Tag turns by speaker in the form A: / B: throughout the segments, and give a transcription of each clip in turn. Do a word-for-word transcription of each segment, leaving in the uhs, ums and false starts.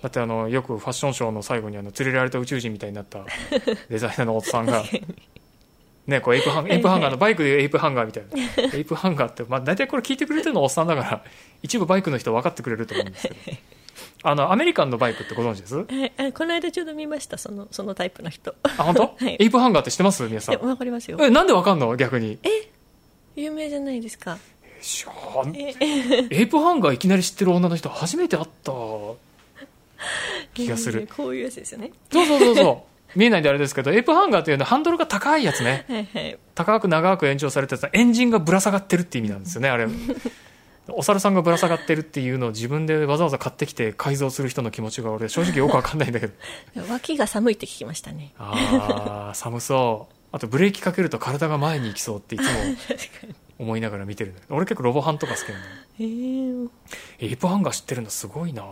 A: だってあのよくファッションショーの最後にあの連れられた宇宙人みたいになったデザイナーのおっさんがね、こうエイプハンエイプハンガーのバイクでいうエイプハンガーみたいなエイプハンガーって、まあ、大体これ聞いてくれてるのはおっさんだから一部バイクの人分かってくれると思うんですけどあのアメリカンのバイクってご存知です？
B: えこの間ちょうど見ました、そのそのタイプの人。
A: あ、本当？
B: はい、
A: エイプハンガーって知ってます？皆さん。
B: 分かりますよ。
A: え、なんで分かんの？逆に。
B: え有名じゃないですか。
A: えしゃエイプハンガーいきなり知ってる女の人初めて会った気がする。
B: こういうやつですよね。
A: そうそうそうそう見えないんであれですけど、エイプハンガーというのはハンドルが高いやつね。
B: はい、はい、
A: 高く長く延長されたやつはエンジンがぶら下がってるって意味なんですよね。あれお猿さんがぶら下がってるっていうのを自分でわざわざ買ってきて改造する人の気持ちが俺正直よく分かんないんだけど
B: 脇が寒いって聞きましたね。
A: ああ寒そう。あとブレーキかけると体が前に行きそうっていつも思いながら見てるんだけど俺結構ロボハンとか好きなんだよ。
B: えー、
A: エイプハンガー知ってるのすごいな。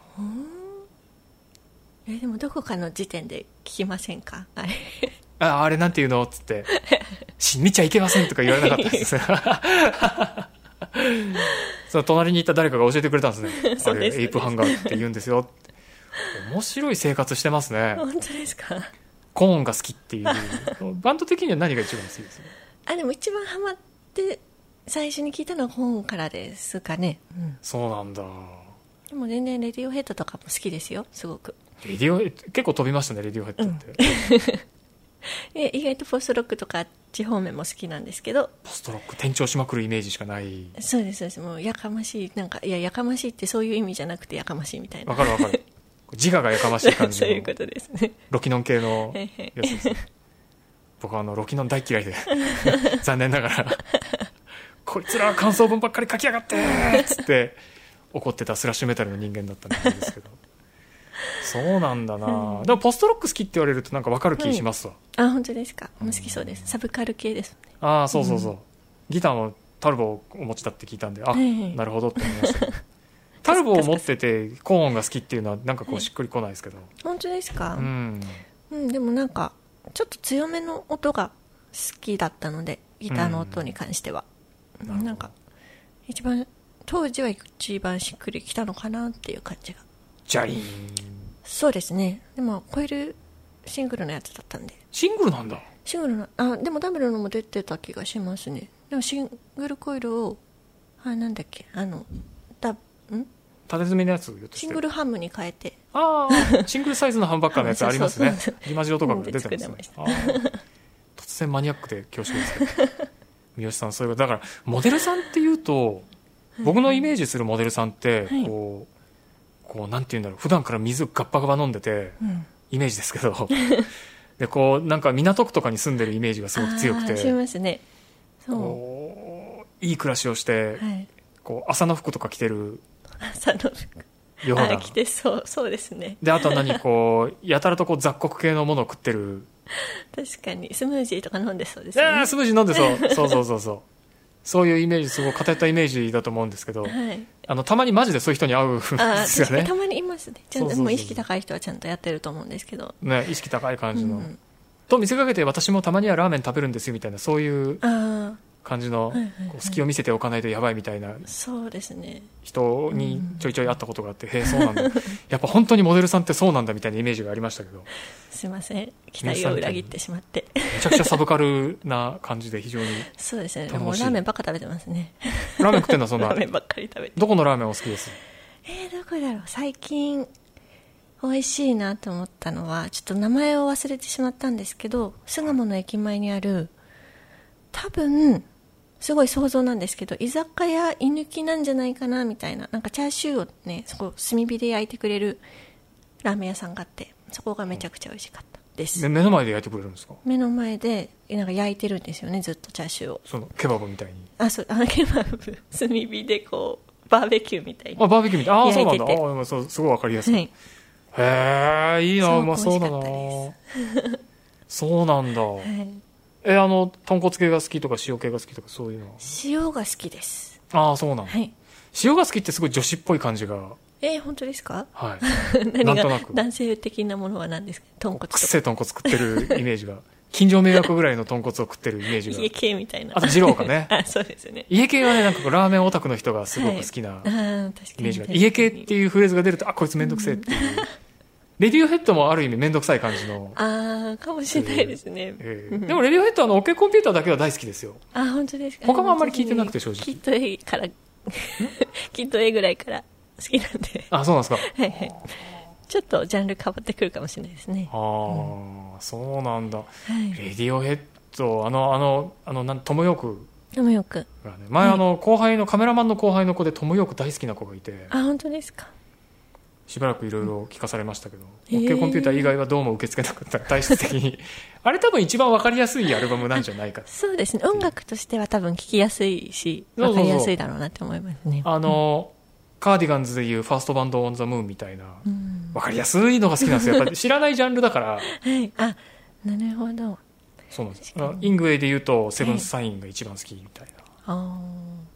B: えでもどこかの時点で聞きませんか？あれ
A: ああれなんていうのっつって見ちゃいけませんとか言われなかったですその隣にいた誰かが教えてくれたんですね。あれエイプハンガーって言うんですよって。面白い生活してますね。
B: 本当ですか？
A: コーンが好きっていうバンド的には何が一番好きですか？
B: あでも一番ハマって最初に聞いたのはコーンからですかね、うん、
A: そうなんだ。
B: でも全然レディオヘッドとかも好きですよ、すごく。
A: レディオ結構飛びましたねレディオヘッドって、
B: うん、意外とポストロックとかあっち方面も好きなんですけど。
A: ポストロック転調しまくるイメージしかない。
B: そうですそうです。もうやかましい、なんかいややかましいってそういう意味じゃなくてやかましいみたいな。
A: わかるわかる自我がやかましい感じの
B: そういうことですね。
A: ロキノン系のやつですね僕はあのロキノン大嫌いで残念ながらこいつらは感想文ばっかり書きやがってっつって怒ってたスラッシュメタルの人間だったんですけどそうなんだな、うん、でもポストロック好きって言われるとなんか分かる気しますわ、
B: はい、あ本当ですか。好きそうです、サブカル系ですね。
A: ああそうそうそう、うん、ギターのタルボをお持ちだって聞いたんであ、はい、なるほどって思いましたけどタルボを持っててコーンが好きっていうのはなんかこうしっくりこないですけど、はい、
B: 本当ですか、
A: うん
B: うん、でもなんかちょっと強めの音が好きだったのでギターの音に関しては、うん、なんか一番当時は一番しっくりきたのかなっていう感じが。
A: ジャリーン。
B: そうですね。でも超えるシングルのやつだったんで。
A: シングルなんだ。
B: シングルのあでもダブルのも出てた気がしますね。でもシングルコイルをあなんだっけあのダん
A: 縦詰めのやつ
B: シングルハムに変えて。
A: ああシングルサイズのハンバッカーのやつありますね。リマジオとかも出てますね。あ突然マニアックで恐縮ですけど三好さんそういうことだからモデルさんっていうと僕のイメージするモデルさんってこう、こうなんていうんだろう普段から水をガッパガバ飲んでて、うん、イメージですけどでこうなんか港区とかに住んでるイメージがすごく強くて
B: しますね。そう
A: こういい暮らしをして、はい、こう朝の服とか着てる
B: 朝の服
A: ような
B: 着てそうそうですね。
A: であと何こうやたらとこう雑穀系のものを食ってる
B: 確かにスムージーとか飲んでそうですね。
A: スムージー飲んでそうそうそうそうそうそういうイメージすごい偏ったイメージだと思うんですけど、はい、あのたまにマジでそういう人に会うんですよね。
B: たまにいますね。ちゃんとでも意識高い人はちゃんとやってると思うんですけど、
A: ね、意識高い感じの、うん、と見せかけて私もたまにはラーメン食べるんですよみたいなそういう感じの、はいはいはい、こう隙を見せておかないとやばいみたいな
B: そうですね
A: 人にちょいちょい会ったことがあって、うん、へえそうなんだやっぱ本当にモデルさんってそうなんだみたいなイメージがありましたけど
B: すいません期待を裏切ってしまって
A: めちゃくちゃサブカルな感じで非常に
B: そうですね。もうラーメンばっか食べてますね。
A: ラーメン食ってんだそんな
B: ラーメンばっかり食べて。
A: どこのラーメンお好きです？
B: えー、どこだろう。最近美味しいなと思ったのはちょっと名前を忘れてしまったんですけど巣鴨の駅前にある多分すごい想像なんですけど居酒屋居抜きなんじゃないかなみたいななんかチャーシューをねそこ炭火で焼いてくれるラーメン屋さんがあってそこがめちゃくちゃ美味しかったです。
A: 目の前で焼いてくれるんですか？
B: 目の前でなんか焼いてるんですよねずっとチャーシューを。
A: そのケバブみたいに
B: あそうあケバブ炭火でこうバーベキューみたいに
A: あバーベキューみたいなあそうなんだあそうすごいわかりやすい、はい、へえいいなうまそうだなそうなんだ、はい、えあの豚骨系が好きとか塩系が好きとかそういうのは
B: 塩が好きです。
A: ああそうなんだ、はい、塩が好きってすごい女子っぽい感じが
B: えー、本当ですか？
A: はい
B: 何が男性的なものは何ですか？豚骨とか
A: くっせえ豚骨食ってるイメージが近所迷惑ぐらいの豚骨を食ってるイメージが
B: 家系みたいな。
A: あと二郎かね
B: あ、そうですね。
A: 家系はね、なんかこうラーメンオタクの人がすごく好きなイメージが、はい、家系っていうフレーズが出ると、あ、こいつめんどくせえっていう、うん、レディオヘッドもある意味めんどくさい感じの、
B: ああ、かもしれないですね、
A: えーえー、でもレディオヘッドはあの OK コンピューターだけは大好きですよ。
B: あ、本当ですか。
A: 他もあんまり聞いてなくて正直。
B: きっと A からきっと A ぐらいから好きなんで。
A: あ、そうなんですか。
B: はいはい。ちょっとジャンル変わってくるかもしれないですね。
A: ああ、うん、そうなんだ、はい、レディオヘッド、あのあのあのなんトムヨーク
B: トムヨーク、ね、
A: 前、はい、あの後輩のカメラマンの後輩の子でトムヨーク大好きな子がいて、
B: あ、本当ですか。
A: しばらくいろいろ聞かされましたけど、うん、OK コンピューター以外はどうも受け付けなかった体質的にあれ多分一番分かりやすいアルバムなんじゃないか
B: そうですね、音楽としては多分聴きやすいし分かりやすいだろうなって思いますね。
A: あの、うんカーディガンズでいうファーストバンドオンザムーンみたいな、うん、分かりやすいのが好きなんですよ。やっぱり知らないジャンルだから。
B: はい、あ、なるほど。
A: そうなんです。イングウェイでいうとセブンスサインが一番好きみたいな。あ、
B: うん、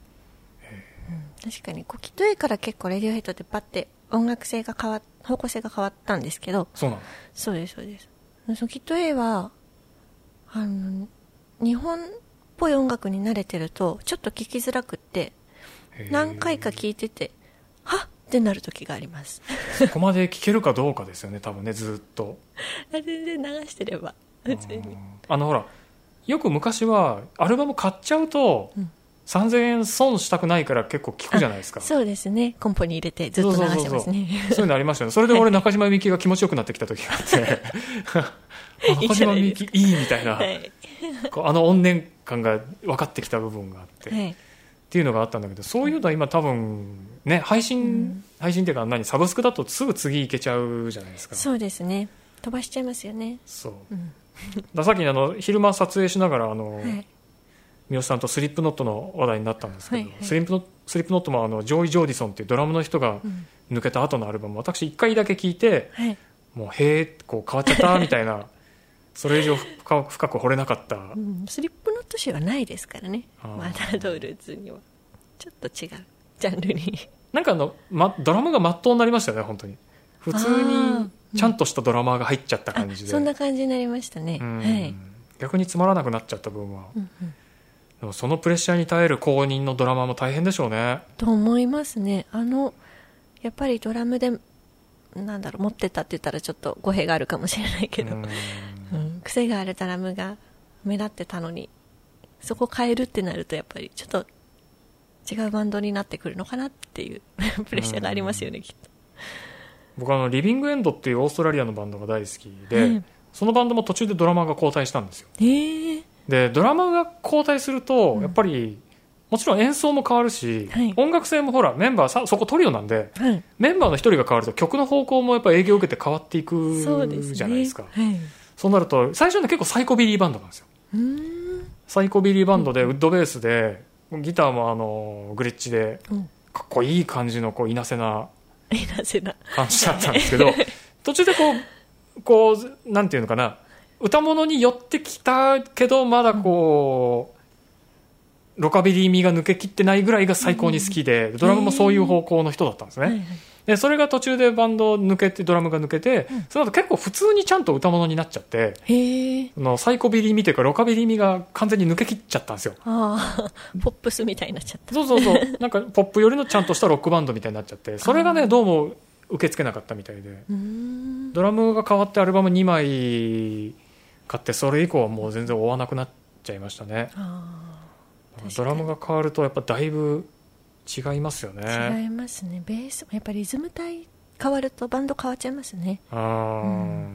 B: 確かにこうきっと A から結構レディオヘッドってパッて音楽性が変わっ方向性が変わったんですけど。
A: そうなの。
B: そうですそうです。そのきっと A はあの日本っぽい音楽に慣れてるとちょっと聴きづらくって何回か聴いててはっってなる時があります。
A: そこまで聴けるかどうかですよね、多分ね、ずっと。
B: 全然流してれば普通に。
A: あのほらよく昔はアルバム買っちゃうと、うん、さんぜんえん損したくないから結構聴くじゃないですか。
B: そうですね、コンポに入れてずっと流してますね。そうそうそう
A: そうそういうのありましたね。それで俺中島みゆきが気持ちよくなってきた時があって中島みゆきいいみたいな、はい、こうあの怨念感が分かってきた部分があって、はい、っていうのがあったんだけど、そういうのは今多分ね、配信、うん、配信っていうか何、サブスクだとすぐ次行けちゃうじゃないですか。
B: そうですね、飛ばしちゃいますよね。
A: そう、うん、ださっきあの昼間撮影しながらあの、はい、三好さんとスリップノットの話題になったんですけど、はいはい、スリップノ、スリップノットもあのジョイ・ジョーディソンっていうドラムの人が抜けた後のアルバム、うん、私いっかいだけ聞いて、はい、もうへーこう変わっちゃったみたいなそれ以上深く掘れなかった、うん、
B: スリップノット誌はないですからね、マダードールズにはちょっと違うジャンルに
A: なんかあの、ま、ドラムがまっとうになりましたよね。本当に普通にちゃんとしたドラマーが入っちゃった感じで、うん、
B: そんな感じになりましたね、はい、
A: 逆につまらなくなっちゃった分は、うんうん、でもそのプレッシャーに耐える公認のドラマーも大変でしょうね。
B: と思いますね。あのやっぱりドラムでなんだろう持ってたって言ったらちょっと語弊があるかもしれないけど、うん、うん、癖があるドラムが目立ってたのにそこ変えるってなるとやっぱりちょっと違うバンドになってくるのかなっていうプレッシャーがありますよね、きっと。
A: 僕はあのリビングエンドっていうオーストラリアのバンドが大好きで、うん、そのバンドも途中でドラマーが交代したんですよ。へー。でドラマーが交代すると、うん、やっぱりもちろん演奏も変わるし、はい、音楽性もほらメンバーさそこトリオなんで、はい、メンバーの一人が変わると曲の方向もやっぱ影響を受けて変わっていくじゃないですか。そうですね、はい、そうなると最初は、ね、結構サイコビリーバンドなんですよ。うーん、サイコビリーバンドでウッドベースでギターもあのグレッチでかっこいい感じのこういなせな感じだったんですけど途中でこうこうなんていうのかな、歌物に寄ってきたけどまだこうロカビリー味が抜けきってないぐらいが最高に好きで、ドラムもそういう方向の人だったんですね。でそれが途中でバンド抜けてドラムが抜けて、その後結構普通にちゃんと歌物になっちゃって、へのサイコビリー味というかロカビリー味が完全に抜けきっちゃったんですよ。
B: あポップスみたいになっちゃった。
A: そうそうそう、なんかポップよりのちゃんとしたロックバンドみたいになっちゃって、それがねどうも受け付けなかったみたいで、うーん、ドラムが変わってアルバムにまい買って、それ以降はもう全然追わなくなっちゃいましたね。あ、ドラムが変わるとやっぱだいぶ違いますよね。
B: 違いますね。ベースやっぱりリズム体変わるとバンド変わっちゃいますね。あ、
A: うん、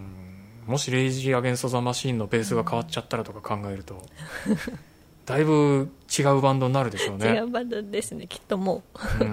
A: もしレイジー・アゲンスト・ザ・マシーンのベースが変わっちゃったらとか考えると、うん、だいぶ違うバンドになるでしょうね。
B: 違うバンドですねきっともう、うん、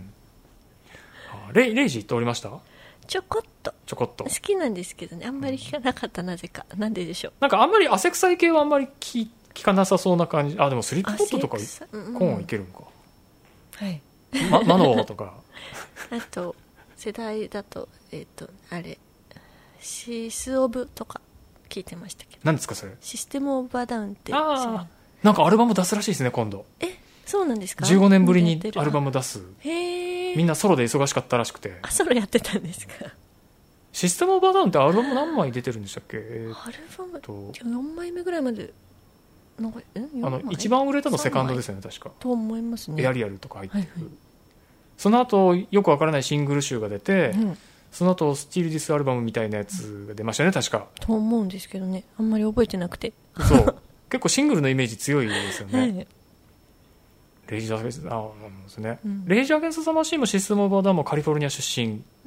A: レイ、レイジーっておりました？
B: ちょこっと
A: ちょこっと
B: 好きなんですけどね、あんまり聴かなかった、なぜか。なんででしょう。
A: なんかあんまり汗臭い系はあんまり聞かなさそうな感じ。あ、でもスリップノットとかコーンいけるのか、はい、ま、マノーとか
B: あと世代だとえっ、ー、とあれシスオブとか聞いてましたけど。
A: 何ですかそれ？
B: システムオブアダウンって。
A: ああ、なんかアルバム出すらしいですね今度。
B: え、そうなんですか？
A: じゅうごねんぶりにアルバム出す。
B: へえ。
A: みんなソロで忙しかったらしくて。
B: あ、ソロやってたんですか？
A: システムオブアダウンってアルバム何枚出てるんでしたっけ？え
B: アルバム
A: と
B: よんまいめぐらいまでなんかえ
A: あの一番売れたのセカンドですよね確か。
B: と思いますね。
A: エアリアルとか入ってる、
B: はいはい、
A: その後よくわからないシングル集が出て、うん、その後スティールディスアルバムみたいなやつが出ましたね確か。と
B: 思うんですけどね、あんまり覚えてなくて。
A: そう結構シングルのイメージ強いですよね、はい、レイジャーゲンスト、あですね、うん、レイジャーゲンストザマシンもシステムオブアダウンもカリフォルニア出身。
B: うん、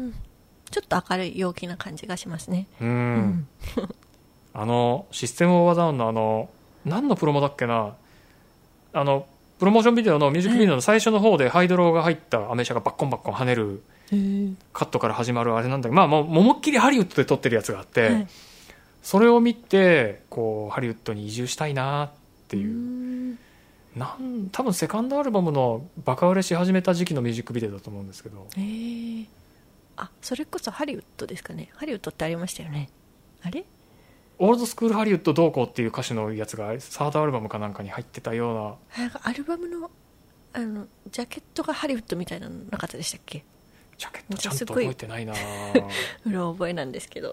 B: ちょっと明るい陽気な感じがしますね。
A: うん、うん、あのシステムオブアダウンのあの何のプロモだっけな、あのプロモーションビデオのミュージックビデオの最初の方でハイドロが入ったアメ車がバッコンバッコン跳ねるカットから始まるあれなんだけど、まあもう思いっきりハリウッドで撮ってるやつがあって、はい、それを見てこうハリウッドに移住したいなっていう、うなん多分セカンドアルバムのバカ売れし始めた時期のミュージックビデオだと思うんですけど。
B: へー、あ、それこそハリウッドですかね。ハリウッドってありましたよね。あれ
A: オールドスクールハリウッドどうこうっていう歌手のやつがサードアルバムかなんかに入ってたような。
B: なんかアルバムのあのジャケットがハリウッドみたいなのなかったでしたっけ？
A: ジャケットちゃんと覚えてないな
B: うろ覚えなんですけど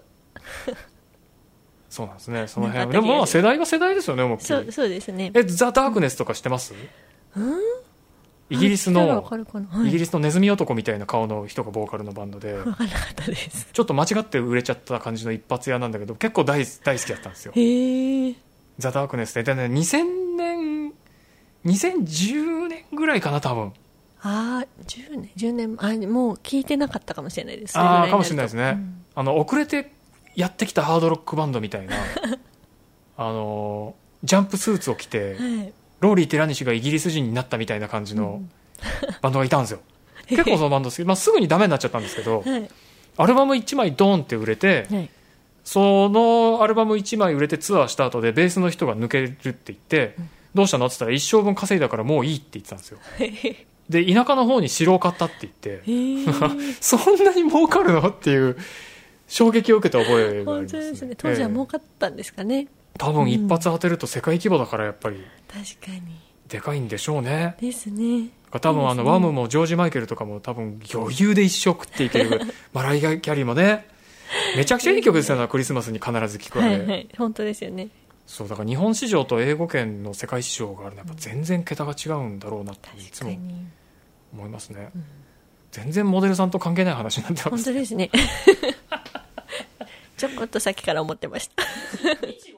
A: そうなんですね、その辺でもまあ世代が世代ですよね。思いっきり。
B: そう、そうですね。
A: えザ・ダークネスとか知ってます？
B: うん、
A: イギリスの、
B: はい、
A: イギリスのネズミ男みたいな顔の人がボーカルのバンドで、
B: 分からなかったです。
A: ちょっと間違って売れちゃった感じの一発屋なんだけど結構 大, 大好きだったんですよ。
B: へー、
A: ザ・ダークネスで、で、ね、にせんねんにせんじゅうねんぐらいかな多分。
B: ああじゅうねんじゅうねん、あもう聞いてなかったかもしれないです。
A: ああかもしれないですね、うん、あの遅れてやってきたハードロックバンドみたいなあのジャンプスーツを着て、はい、ローリー・テラニシがイギリス人になったみたいな感じのバンドがいたんですよ、うん、結構そのバンド好き、まあ、すぐにダメになっちゃったんですけど、はい、アルバムいちまいドーンって売れて、はい、そのアルバムいちまい売れてツアーした後でベースの人が抜けるって言って、うん、どうしたのって言ったら一生分稼いだからもういいって言ってたんですよで田舎の方に城を買ったって言ってそんなに儲かるのっていう衝撃を受けた覚えがありますね。本当ですね。
B: 当時は儲かったんですかね、
A: えー、多分一発当てると世界規模だからやっぱり
B: 確かに
A: でかいんでしょうね。
B: ですね。
A: 多分あのワムもジョージ・マイケルとかも多分余裕で一生食っていけるマライア・キャリーもねめちゃくちゃいい曲ですよねクリスマスに必ず聴くあれ、
B: はいはい、本当ですよね。
A: そうだから日本市場と英語圏の世界市場があるのはやっぱ全然桁が違うんだろうなっていつも思いますね、うん、全然モデルさんと関係ない話になってます、ね、
B: 本当ですねちょこっとさっきから思ってました